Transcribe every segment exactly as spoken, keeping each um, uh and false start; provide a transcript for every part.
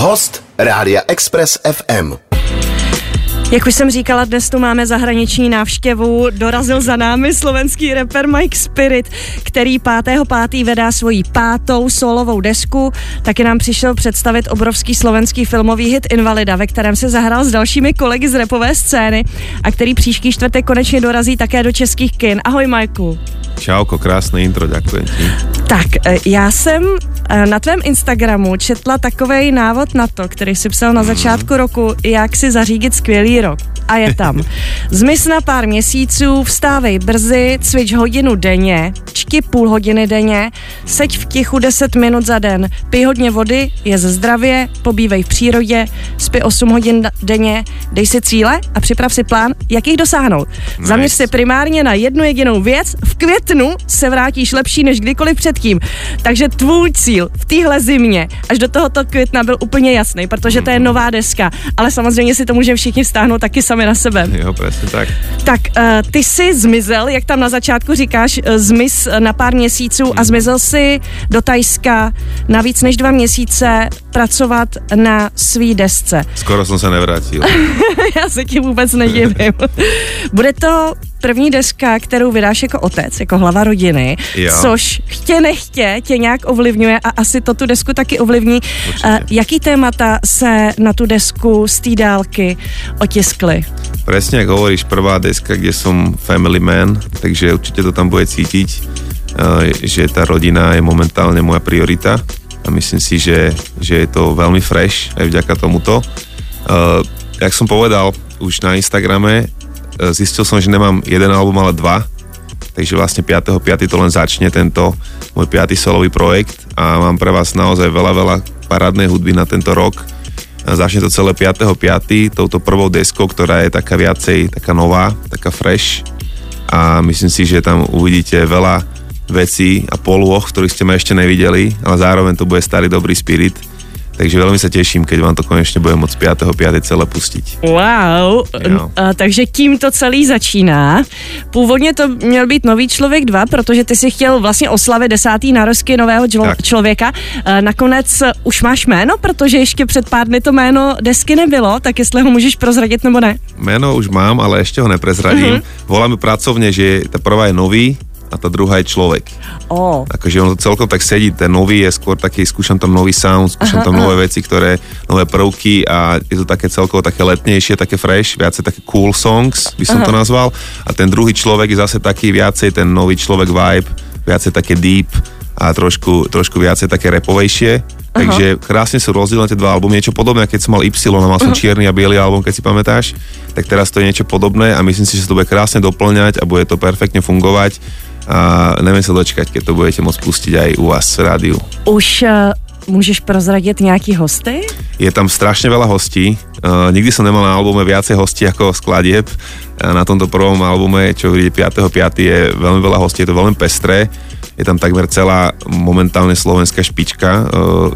Host Rádia Express ef em. Jak už jsem říkala, dnes tu máme zahraniční návštěvu. Dorazil za námi slovenský rapper Mike Spirit, který pátého pátého vydá svoji pátou solovou desku. Taky nám přišel představit obrovský slovenský filmový hit Invalida, ve kterém se zahrál s dalšími kolegy z rapové scény a který příští čtvrtek konečně dorazí také do českých kin. Ahoj, Majku. Čauko, krásné intro, ďakujem ti. Tak, já jsem na tvém Instagramu četla takovej návod na to, který si psal na začátku roku, jak si zařídit skvělý rok. A je tam. Zmiz na pár měsíců, vstávej brzy, cvič hodinu denně, čti půl hodiny denně, seď v tichu deset minut za den, pij hodně vody, jez zdravě, pobívej v přírodě, spi osm hodin denně, dej si cíle a připrav si plán, jak jich dosáhnout. Nice. Zaměř se primárně na jednu jedinou věc, v květnu se vrátíš lepší než kdykoliv předtím. Takže tvůj cíl v téhle zimě až do tohoto května byl úplně jasný, protože to je nová deska, ale samozřejmě si to můžeme všichni vztáhnout taky sami na sebe. Jo, přesně tak. Tak, uh, ty jsi zmizel, jak tam na začátku říkáš, uh, zmiz na pár měsíců hmm. a zmizel si do Thajska na víc než dva měsíce pracovat na svý desce. Skoro jsem se nevrátil. Já se ti vůbec nedivím. Bude to první deska, kterou vydáš jako otec, jako hlava rodiny, jo. Což chtě nechtě tě nějak ovlivňuje a asi to tu desku taky ovlivní. Uh, jaký témata se na tu desku z té dálky otiskly? Presne, jak hovoríš, prvá deska, kde som family man, takže určite to tam bude cítiť, uh, že tá rodina je momentálne moja priorita a myslím si, že, že je to veľmi fresh aj vďaka tomuto. Uh, jak som povedal už na Instagrame, uh, zistil som, že nemám jeden album, ale dva, takže vlastne piateho piateho to len začne tento môj piaty solový projekt a mám pre vás naozaj veľa, veľa parádnej hudby na tento rok. Začne to celé piateho piateho touto prvou deskou, ktorá je taká viacej, taká nová, taká fresh a myslím si, že tam uvidíte veľa vecí a polôch, ktorých ste ma ešte nevideli, ale zároveň to bude starý dobrý spirit. Takže veľmi sa teším, keď vám to konečne budem moc piateho piateho celé pustiť. Wow, a, takže tím to celý začíná. Původně to měl být Nový člověk dva, protože ty si chtěl vlastně oslavit desátý narozky nového člo- člověka. A nakonec už máš jméno, protože ještě před pár dny to jméno desky nebylo, tak jestli ho můžeš prozradit nebo ne? Jméno už mám, ale ještě ho neprezradím. Uh-huh. Voláme pracovně, že ta prvá je Nový a ta druhá je Človek. Oh. Takže ono to celkom tak sedí, ten nový je skôr taký, skúšam tam nový sound, skúšam aha, tam aha. nové veci, ktoré, nové prvky a je to také celkovo také letnejšie, také fresh, viacej také cool songs, by som aha. to nazval. A ten druhý Človek je zase taký viacej ten Nový človek vibe, viacej také deep a trošku, trošku viacej také rapovejšie. Takže krásne sú rozdelené tie dva albumy, niečo podobné, keď som mal Y a mal som čierny a biely album, keď si pamätáš, tak teraz to je niečo podobné a myslím si, že sa to bude krásne doplňať a bude to perfektne fungovať. A neviem sa dočkať, keď to budete môcť pustiť aj u vás v rádiu. Už uh, môžeš prozradiť nejaký hosty? Je tam strašne veľa hostí. Uh, nikdy som nemal na albume viacej hostí ako skladieb. Uh, na tomto prvom albume, čo vidíte piateho piateho je veľmi veľa hostí, je to veľmi pestré. Je tam takmer celá momentálne slovenská špička, uh, uh,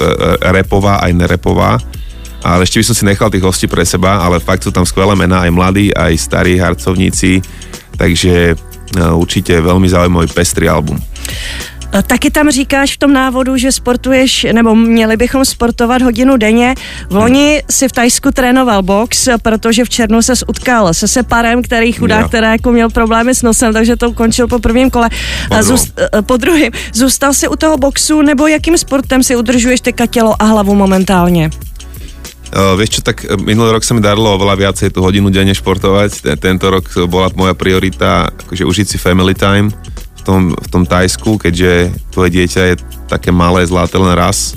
rapová aj nerepová. Ale ešte by som si nechal tých hostí pre seba, ale fakt sú tam skvelé mená, aj mladí, aj starí harcovníci. Takže určitě velmi zaujímavý pestrý album. Taky tam říkáš v tom návodu, že sportuješ, nebo měli bychom sportovat hodinu denně. V loni si v Thajsku trénoval box, protože v červnu ses utkal se separem, který chudák, který jako měl problémy s nosem, takže to ukončil po prvním kole. Po, Zůst, po druhém. Zůstal si u toho boxu, nebo jakým sportem si udržuješ teďka tělo a hlavu momentálně? Uh, vieš čo, tak minulý rok sa mi darilo oveľa viacej tú hodinu denne športovať. Ten, tento rok bola moja priorita akože užiť si family time v tom, v tom Thajsku, keďže tvoje dieťa je také malé, zlaté len raz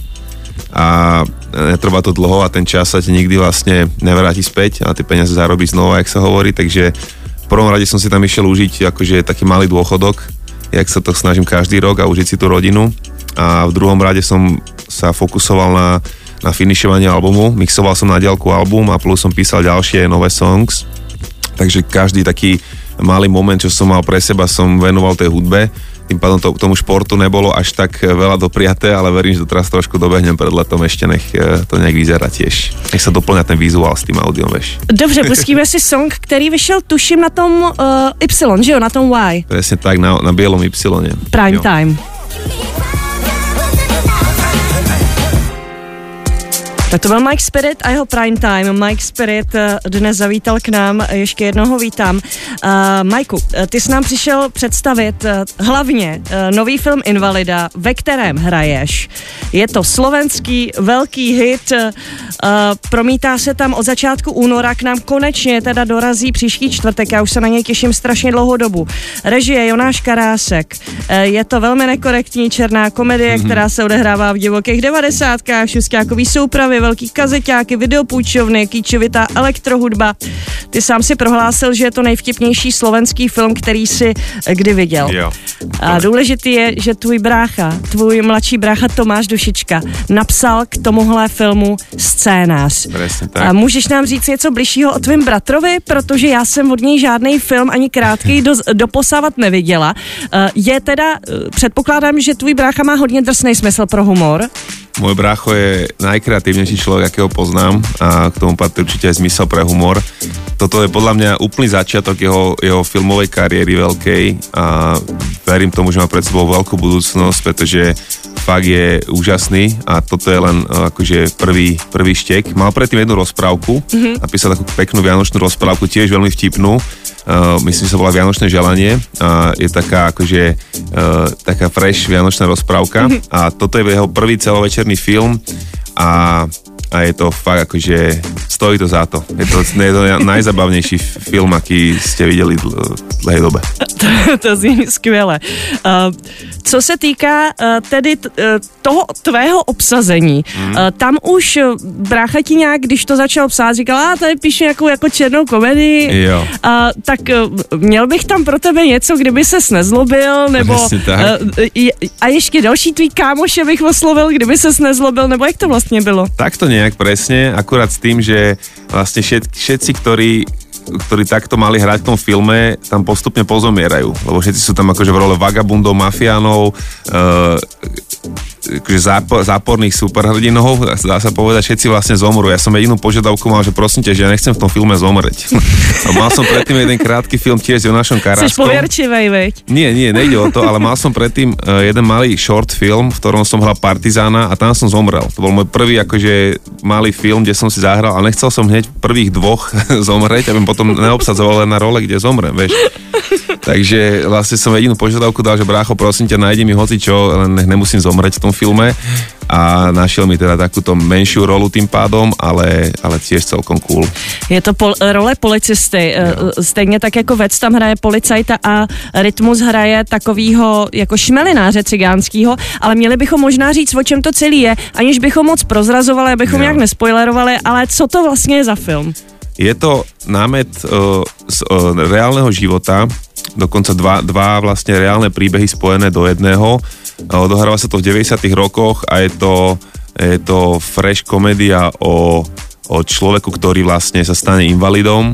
a netrvá to dlho a ten čas sa ti nikdy vlastne nevráti späť a tie peniaze zarobíš znova, jak sa hovorí, takže v prvom rade som si tam išiel užiť akože taký malý dôchodok, jak sa to snažím každý rok a užiť si tú rodinu a v druhom rade som sa fokusoval na na finišovanie albumu, mixoval som na diaľku album a plus som písal ďalšie nové songs, takže každý taký malý moment, čo som mal pre seba, som venoval tej hudbe, tým pádom to, tomu športu nebolo až tak veľa dopriaté, ale verím, že to teraz trošku dobehnem pred letom, ešte nech to nejak vyzerá tiež. Nech sa doplňa ten vizuál s tým audiom, vieš. Dobře, pustíme si song, který vyšel, tuším, na tom uh, Y, že jo, na tom Y. Presne tak, na, na bielom Y. Prime jo. Time. Tak to byl Mike Spirit a jeho Prime Time. Mike Spirit dnes zavítal k nám, ještě jednou ho vítám. Uh, Majku, ty jsi nám přišel představit uh, hlavně uh, nový film Invalida, ve kterém hraješ. Je to slovenský velký hit, uh, promítá se tam od začátku února, k nám konečně teda dorazí příští čtvrtek, já už se na něj těším strašně dlouhou dobu. Režie Jonáš Karásek. Uh, je to velmi nekorektní černá komedie, mm-hmm. která se odehrává v divokých devadesátkách, šustákový soupravy, velký kazeťáky, videopůjčovny, kýčovitá elektrohudba. Ty sám si prohlásil, že je to nejvtipnější slovenský film, který si kdy viděl. Jo. A důležitý je, že tvůj brácha, tvůj mladší brácha Tomáš Dušička napsal k tomuhle filmu scénář. Presne tak. A můžeš nám říct něco bližšího o tvým bratrovi, protože já jsem od něj žádný film ani krátký do, doposávat neviděla. Je teda, předpokládám, že tvůj brácha má hodně drsný smysl pro humor. Môj brácho je najkreatívnejší človek, akého poznám a k tomu patrí určite aj zmysel pre humor. Toto je podľa mňa úplný začiatok jeho, jeho filmovej kariéry veľkej a verím tomu, že má pred sebou veľkú budúcnosť, pretože fakt je úžasný a toto je len akože prvý, prvý štek. Mal predtým jednu rozprávku, mm-hmm. napísal takú peknú vianočnú rozprávku, tiež veľmi vtipnú. Uh, myslím, že sa volá Vianočné želanie a je taká akože uh, taká fresh vianočná rozprávka mm-hmm. a toto je jeho prvý celovečerný film a, a je to fakt akože stojí to za to. Je to, je to najzabavnejší film, aký ste videli v dlhej dobe. To, to zní skvěle. Uh, co se týká uh, tedy t, uh, toho tvého obsazení, mm. uh, tam už uh, brácha ti nějak, když to začal psát, říkal, a tady píše nějakou jako černou komedii, jo. Uh, tak uh, měl bych tam pro tebe něco, kdyby ses nezlobil, nebo uh, a ještě další tvý kámoše bych oslovil, kdyby ses nezlobil, nebo jak to vlastně bylo? Tak to nejak presne, akurát s tým, že vlastne všet, všetci, ktorí ktorí takto mali hrať v tom filme, tam postupne pozomierajú, lebo všetci sú tam akože v role vagabundov, mafiánov, akože zápor, záporných superhrdinov, dá sa povedať, všetci vlastne zomrú. Ja som jedinú požiadavku mal, že prosím ťa, že ja nechcem v tom filme zomrieť. A mal som predtým jeden krátky film tiež s Jonášom Karáskom. Seš povierčivej, veď? Nie, nie, nejde o to, ale mal som predtým jeden malý short film, v ktorom som hral partizána a tam som zomrel. To bol môj prvý akože malý film, kde som si zahral a nechcel som hneď prvých dvoch zomrieť, aby potom neobsadzoval len na role, kde zomrem, vieš. Takže vlastne som jedinú požiadavku dal, že brácho, prosím ťa, nájdi mi hocičo, len nemusím zomrieť v tom filme a našiel mi teda takúto menšiu rolu tým pádom, ale, ale tiež celkom cool. Je to pol, role policisty, jo. Stejně tak jako Vec tam hraje policajta a Rytmus hraje takovýho jako šmelináře cigánskýho, ale měli bychom možná říct, o čem to celý je, aniž bychom moc prozrazovali, abychom jo. nějak nespoilerovali, ale co to vlastně je za film? Je to námet uh, z uh, reálneho života, dokonca dva, dva vlastne reálne príbehy spojené do jedného. Uh, odohráva sa to v deväťdesiatych rokoch a je to, je to fresh komédia o, o človeku, ktorý vlastne sa stane invalidom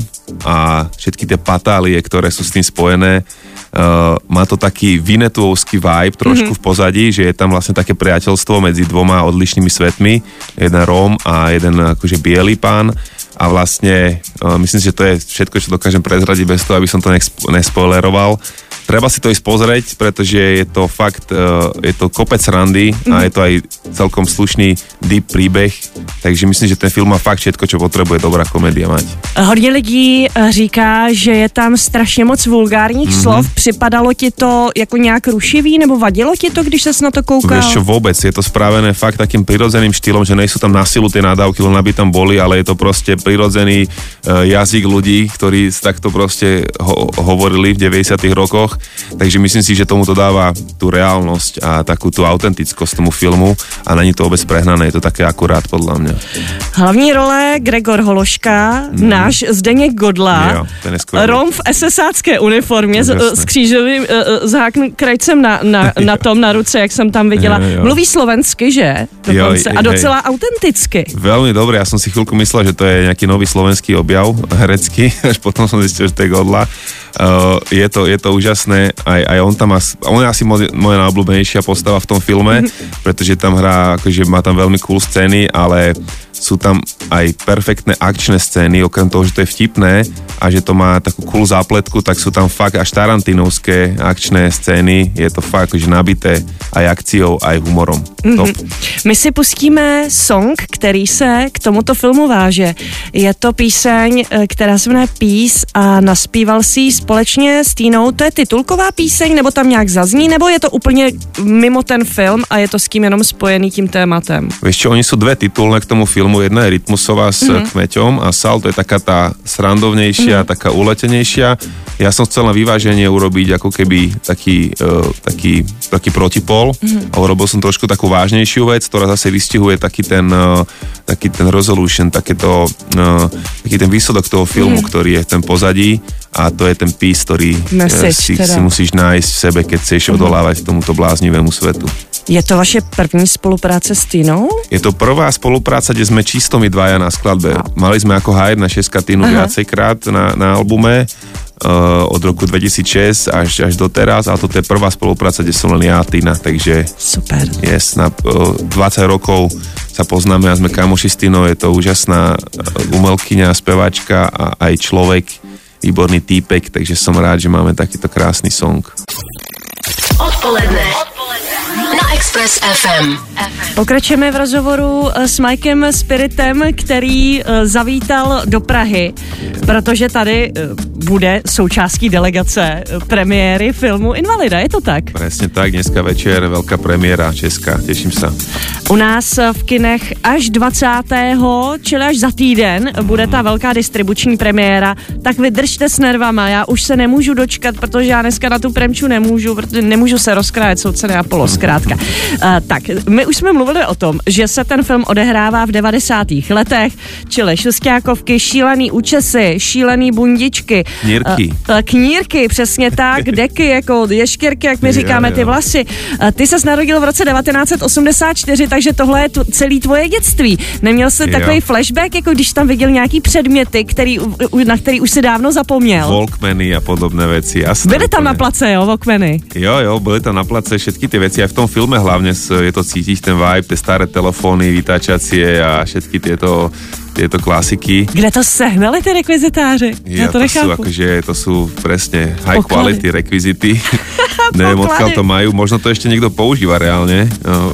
a všetky tie patálie, ktoré sú s tým spojené. Uh, má to taký Vinetuovský vibe trošku mm-hmm. v pozadí, že je tam vlastne také priateľstvo medzi dvoma odlišnými svetmi, jeden Róm a jeden akože biely pán. A vlastne uh, myslím si, že to je všetko, čo dokážem prezradiť bez toho, aby som to nespoileroval. Treba si to ísť pozrieť, pretože je to fakt, uh, je to kopec randy mm-hmm. a je to aj celkom slušný deep príbeh, takže myslím, že ten film má fakt všetko, čo potrebuje dobrá komédia mať. Hodně lidí říká, že je tam strašně moc vulgárních mm-hmm. slov. Připadalo ti to jako nějak rušivý, nebo vadilo ti to, když ses na to koukal? Vieš čo, vôbec, je to spravené fakt takým prirodzeným štýlom, že nejsú tam na silu tie nadávky, len aby tam boli, ale je to proste prirodzený uh, jazyk ľudí, ktorí takto proste ho- hovorili v deväťdesiatych rokoch. Takže myslím si, že tomu to dáva tú reálnosť a takú tú autentickosť tomu filmu a není to vôbec prehnané, je to také akurát podľa mňa. Hlavní role Gregor Hološka, mm. náš Zdeněk Godla, Rom v esesácké uniformě s, s křížovým s háknkrajcem na, na, na tom na ruce, jak jsem tam viděla. Jo, jo. Mluví slovensky, že? Dokonce. A docela hej. autenticky. Veľmi dobre, ja som si chvíľku myslel, že to je nejaký nový slovenský objav herecký, až potom som zistil, že to je Godla. Uh, je, to, je to úžasné. úžasné, aj, aj on tam má, on je asi moja, moja najobľúbenejšia postava v tom filme, pretože tam hrá, akože má tam veľmi cool scény, ale sú tam aj perfektné akčné scény, okrem toho, že to je vtipné a že to má takú cool zápletku, tak sú tam fakt až tarantinovské akčné scény, je to fakt akože nabité aj akciou, aj humorom. Mm-hmm. Top. My si pustíme song, který se k tomuto filmu váže. Je to píseň, která se jmenuje Peace a naspíval si ji společně s Týnou. To je titulková píseň, nebo tam nějak zazní, nebo je to úplně mimo ten film a je to s kým jenom spojený tím tématem? Vieš čo, oni sú dve titulné k tomu filmu. Jedna je Rytmusová s mm-hmm. Kmeťom a Sal, to je taká tá srandovnejšia, mm-hmm. taká uletenejšia. Ja som chcel na vyváženie urobiť ako keby taký, uh, taký, taký protipol mm-hmm. a urobil som trošku takú vážnejšiu vec, ktorá zase vystihuje taký ten, uh, taký ten resolution, takéto, uh, taký ten výsledok toho filmu, mm-hmm. ktorý je v ten pozadí a to je ten peace, ktorý Message, si, teda. si musíš nájsť v sebe, keď chceš mm-hmm. odolávať tomuto bláznivému svetu. Je to vaše první spolupráce s Týnou? Je to prvá spolupráca, kde sme čisto my dvaja na skladbe. Mali sme ako há jedna šesť Týnu viacejkrát na, na albume uh, od roku dvetisícšesť až, až do teraz, ale toto je prvá spolupráca, kde som len ja a Týna, takže super. Yes, na uh, dvadsať rokov sa poznáme a sme kamoši s Týnou, je to úžasná umelkyňa, speváčka a aj človek, výborný týpek, takže som rád, že máme takýto krásny song. Odpoledne na Express ef em. Pokračujeme v rozhovoru s Mikem Spiritem, který zavítal do Prahy, protože tady bude součástí delegace premiéry filmu Invalida, je to tak? Presne tak, dneska večer veľká premiéra česká, teším sa. U nás v kinech až dvacátého čili až za týden bude ta velká distribuční premiéra, tak vydržte s nervama, já už se nemůžu dočkat, protože já dneska na tu premču nemůžu, protože nemůžu se rozkrájet, jsou ceny Apollo zkrátka. Uh, tak, my už jsme mluvili o tom, že se ten film odehrává v devadesátých letech, čili šusťákovky, šílený účesy, šílený bundičky. Knírky. Uh, knírky, přesně tak, deky, jako ještěrky, jak my říkáme, ty vlasy. Uh, ty ses narodil v roce devatenáct set osmdesát čtyři, takže tohle je t- celý tvoje dětství. Neměl jsi takový flashback, jako když tam viděl nějaký předměty, který, na který už si dávno zapomněl? Walkmany a podobné veci, jasné. Byly tam na place, jo, Walkmany? Jo, jo, byly tam na place všetky tie veci, aj v tom filme hlavne je to cítiť ten vibe, tie staré telefóny, vytáčacie a všetky tieto tieto klasiky. Kde to sehnali ty rekvizitáři? Ja, ja to, to nechápu. Sú akože, to sú presne high Poklady. Quality rekvizity. Neviem, odkiaľ to majú. Možno to ešte niekto používa reálne no,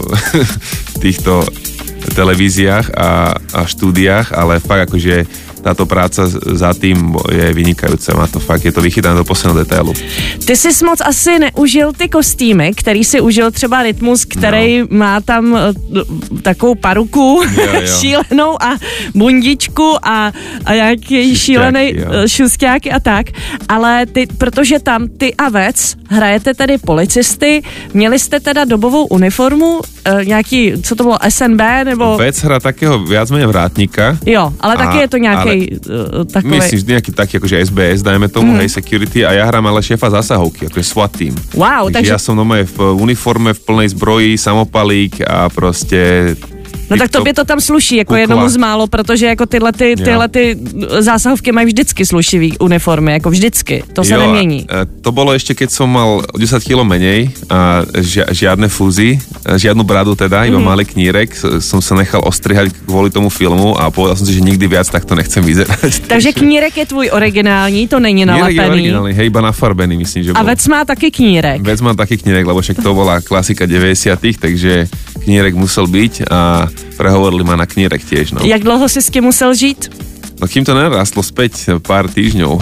v týchto televíziách a, a štúdiách, ale fakt akože táto práca za tým je vynikajúca. Má to fakt, je to vychytané do posledného detailu. Ty jsi moc asi neužil ty kostýmy, který si užil třeba Rytmus, který no. má tam uh, takovou paruku jo, jo. šílenou a bundičku a, a nějaký šílený uh, šusťáky a tak. Ale ty, protože tam ty a Vec hrajete tedy policisty, měli jste teda dobovou uniformu, uh, nějaký, co to bylo, es en bé nebo... Vec hra takého viac menej vrátnika. Jo, ale taky je to nějaký takový... Myslím, že nejaký taký akože es bé es, dajme tomu, mm. hej, security a ja hrám ale šéfa zásahovky, akože SWAT team. Wow, takže... takže... ja som normálne v uniforme, v plnej zbroji, samopalík a proste... No tak tobě to tam sluší, jako kukla. Jednomu z málo, protože jako tyhle, ty, tyhle ty zásahovky mají vždycky slušivý uniformy, jako vždycky, to se jo, nemění. To bolo ešte, keď som mal desať kilogramov menej a ži- žiadne fúzy, žiadnu bradu teda, iba mm-hmm. malý knírek, som sa nechal ostrihať kvôli tomu filmu a povedal som si, že nikdy viac takto nechcem vyzerať. Takže knírek je tvůj originální, to není nalepený. Knírek je originálny, hej, iba nafarbený, myslím, že bol. A Vec má taky knírek. Vec má taký knírek, lebo však to bola klasika deväťdesiatych, takže knírek musel byť a prehovorili ma na knírek tiež, no. Jak dlouho si s tím musel žít? No kým to nerastlo späť pár týždňov.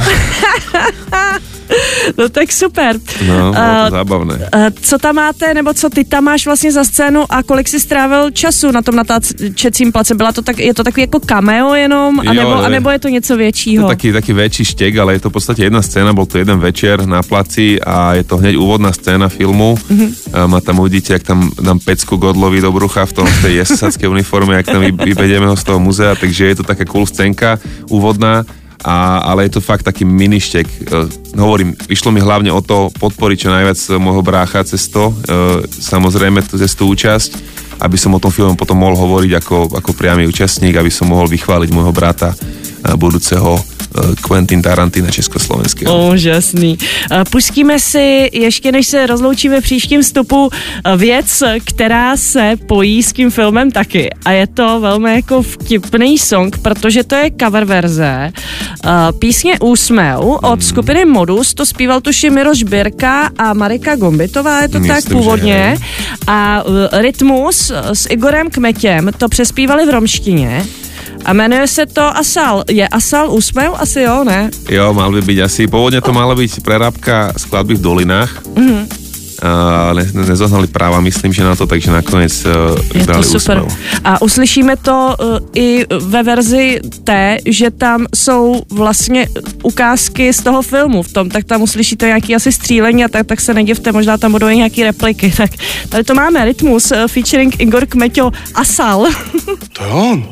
No tak super. No, bylo to uh, zábavné. Uh, co tam máte, nebo co ty tam máš vlastně za scénu a kolik jsi strávil času na tom natáčecím place? Byla to tak, je to takový jako cameo jenom, anebo, jo, anebo je to něco většího? To taký, taký väčší štek, ale je to v podstate jedna scéna, bol to jeden večer na placi a je to hneď úvodná scéna filmu. Mm-hmm. Má tam uvidíte, jak tam dám pecku Godlovi do brucha v tom v tej jesackej uniforme, jak tam vybedieme ho z toho muzea, takže je to taká cool scénka úvodná. A, ale je to fakt taký miništek. E, hovorím, išlo mi hlavne o to podporiť čo najviac môjho brácha cez to, e, samozrejme cez tú účasť, aby som o tom filmu potom mohol hovoriť ako, ako priamy účastník, aby som mohol vychváliť môjho brata, e, budúceho Quentin Tarantino československého. Úžasný. Pustíme si, ještě než se rozloučíme v příštím vstupu, věc, která se pojí s tím filmem taky. A je to velmi jako vtipný song, protože to je cover verze písně Úsměv od skupiny Modus. To zpíval tuším Miroš Birka a Marika Gombitová, je to Myslím, tak původně. A Rytmus s Igorem Kmetěm to přespívali v romštině. A jmenuje se to Asal. Je Asal Úsměv? Asi jo, ne? Jo, mal by byť asi. Pôvodne to mala byť prerábka skladby v Dolinách. Mhm. Uh, ne, nezohnali práva, myslím, že na to, takže nakonec uh, vybrali Úsměv. A uslyšíme to uh, i ve verzi té, že tam jsou vlastně ukázky z toho filmu v tom, tak tam uslyšíte nějaký asi střílení a tak, tak se nedivte, možná tam budou i nějaký repliky. Tak tady to máme, Rytmus, uh, featuring Igor Kmeťo, Asal. To je on.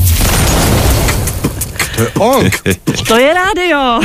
To je on. To je rádio.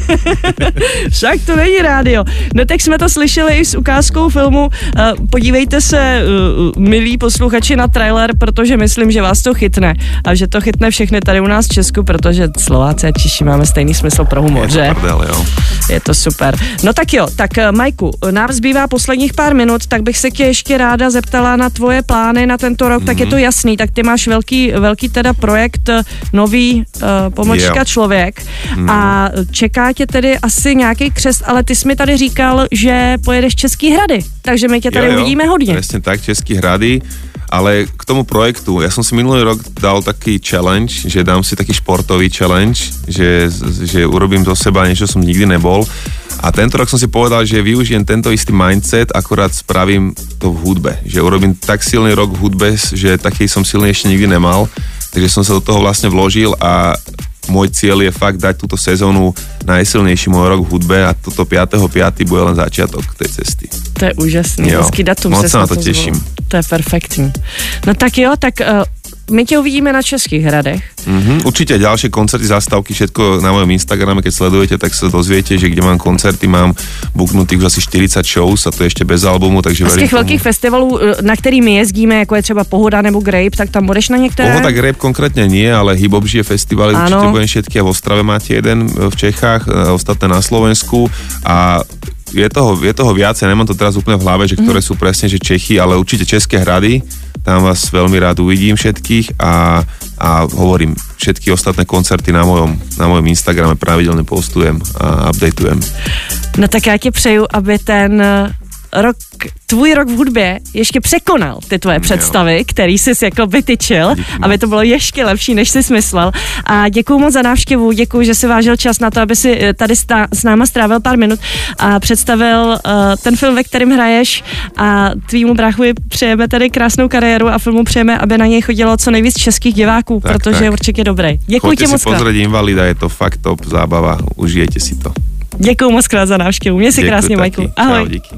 Však to není rádio. No tak jsme to slyšeli i s ukázkou filmu. Podívejte se, milí posluchači, na trailer, protože myslím, že vás to chytne. A že to chytne všechny tady u nás v Česku, protože Slováci a Češi máme stejný smysl pro humor, že? Je to prdel, jo. Je to super. No tak jo, tak Majku, nám zbývá posledních pár minut, tak bych se tě ještě ráda zeptala na tvoje plány na tento rok, mm-hmm. tak je to jasný, tak ty máš velký, velký teda projekt nový uh, Pomočka yeah. člověk mm. a čeká tě tedy asi nějaký křest, ale ty jsi mi tady říkal, že pojedeš Český Hrady, takže my tě tady jo, jo, uvidíme hodně. Presne tak, Český Hrady, ale k tomu projektu, ja som si minulý rok dal taký challenge, že dám si taký športový challenge, že, že urobím zo seba niečo, som nikdy nebol. A tento rok som si povedal, že využijem tento istý mindset, akurát spravím to v hudbe. Že urobím tak silný rok v hudbe, že taký som silný ešte nikdy nemal. Takže som sa do toho vlastne vložil a môj cieľ je fakt dať túto sezónu najsilnejší môj rok v hudbe a toto piateho piateho bude len začiatok tej cesty. To je úžasný, hezký datum. Moc sa na to teším. To je perfektní. No tak jo, tak uh, my tě uvidíme na Českých Hradech. Mm-hmm, určite ďalšie koncerty, zastávky, všetko na mojom Instagrame, keď sledujete, tak sa dozviete, že kde mám koncerty, mám buknutých už asi štyridsať shows a to je ešte bez albumu, takže a z těch velkých festivalů, na který my jezdíme, jako je třeba Pohoda nebo Grape, tak tam budeš na některé? Pohoda, Grape konkrétne nie, ale Hip-Hop žije festivaly, určite budem všetky a v Ostrave máte jeden v Čechách, ostatné na Slovensku a je toho, je toho viacej, nemám to teraz úplne v hlave, že ktoré mm. sú presne, že Čechy, ale určite České Hrady, tam vás veľmi rád uvidím všetkých a, a hovorím, všetky ostatné koncerty na mojom, na mojom Instagrame pravidelne postujem a updateujem. No tak já ti přeju, aby ten rok, tvůj rok v hudbě ještě překonal ty tvoje představy, jo. který jsi jako vytyčil, díky aby to bylo ještě lepší, než jsi smyslel. A děkuju moc za návštěvu, děkuju, že si vážil čas na to, aby si tady stá, s náma strávil pár minut a představil uh, ten film, ve kterém hraješ a tvýmu bráchovi přejeme tady krásnou kariéru a filmu přejeme, aby na něj chodilo co nejvíc českých diváků, tak, protože tak. je určitě dobrý. Děkuju ti moc. Choďte si pozrieť Invalida, je to fakt top zábava, užijete si to. Děkuju moc krát za návštěvu, měj si Děkuju krásně, taky. Majku. Ahoj. Čau, díky.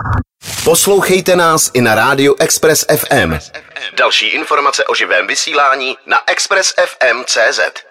Poslouchejte nás i na rádiu Express F M. Další informace o živém vysílání na express f m tečka cé zet.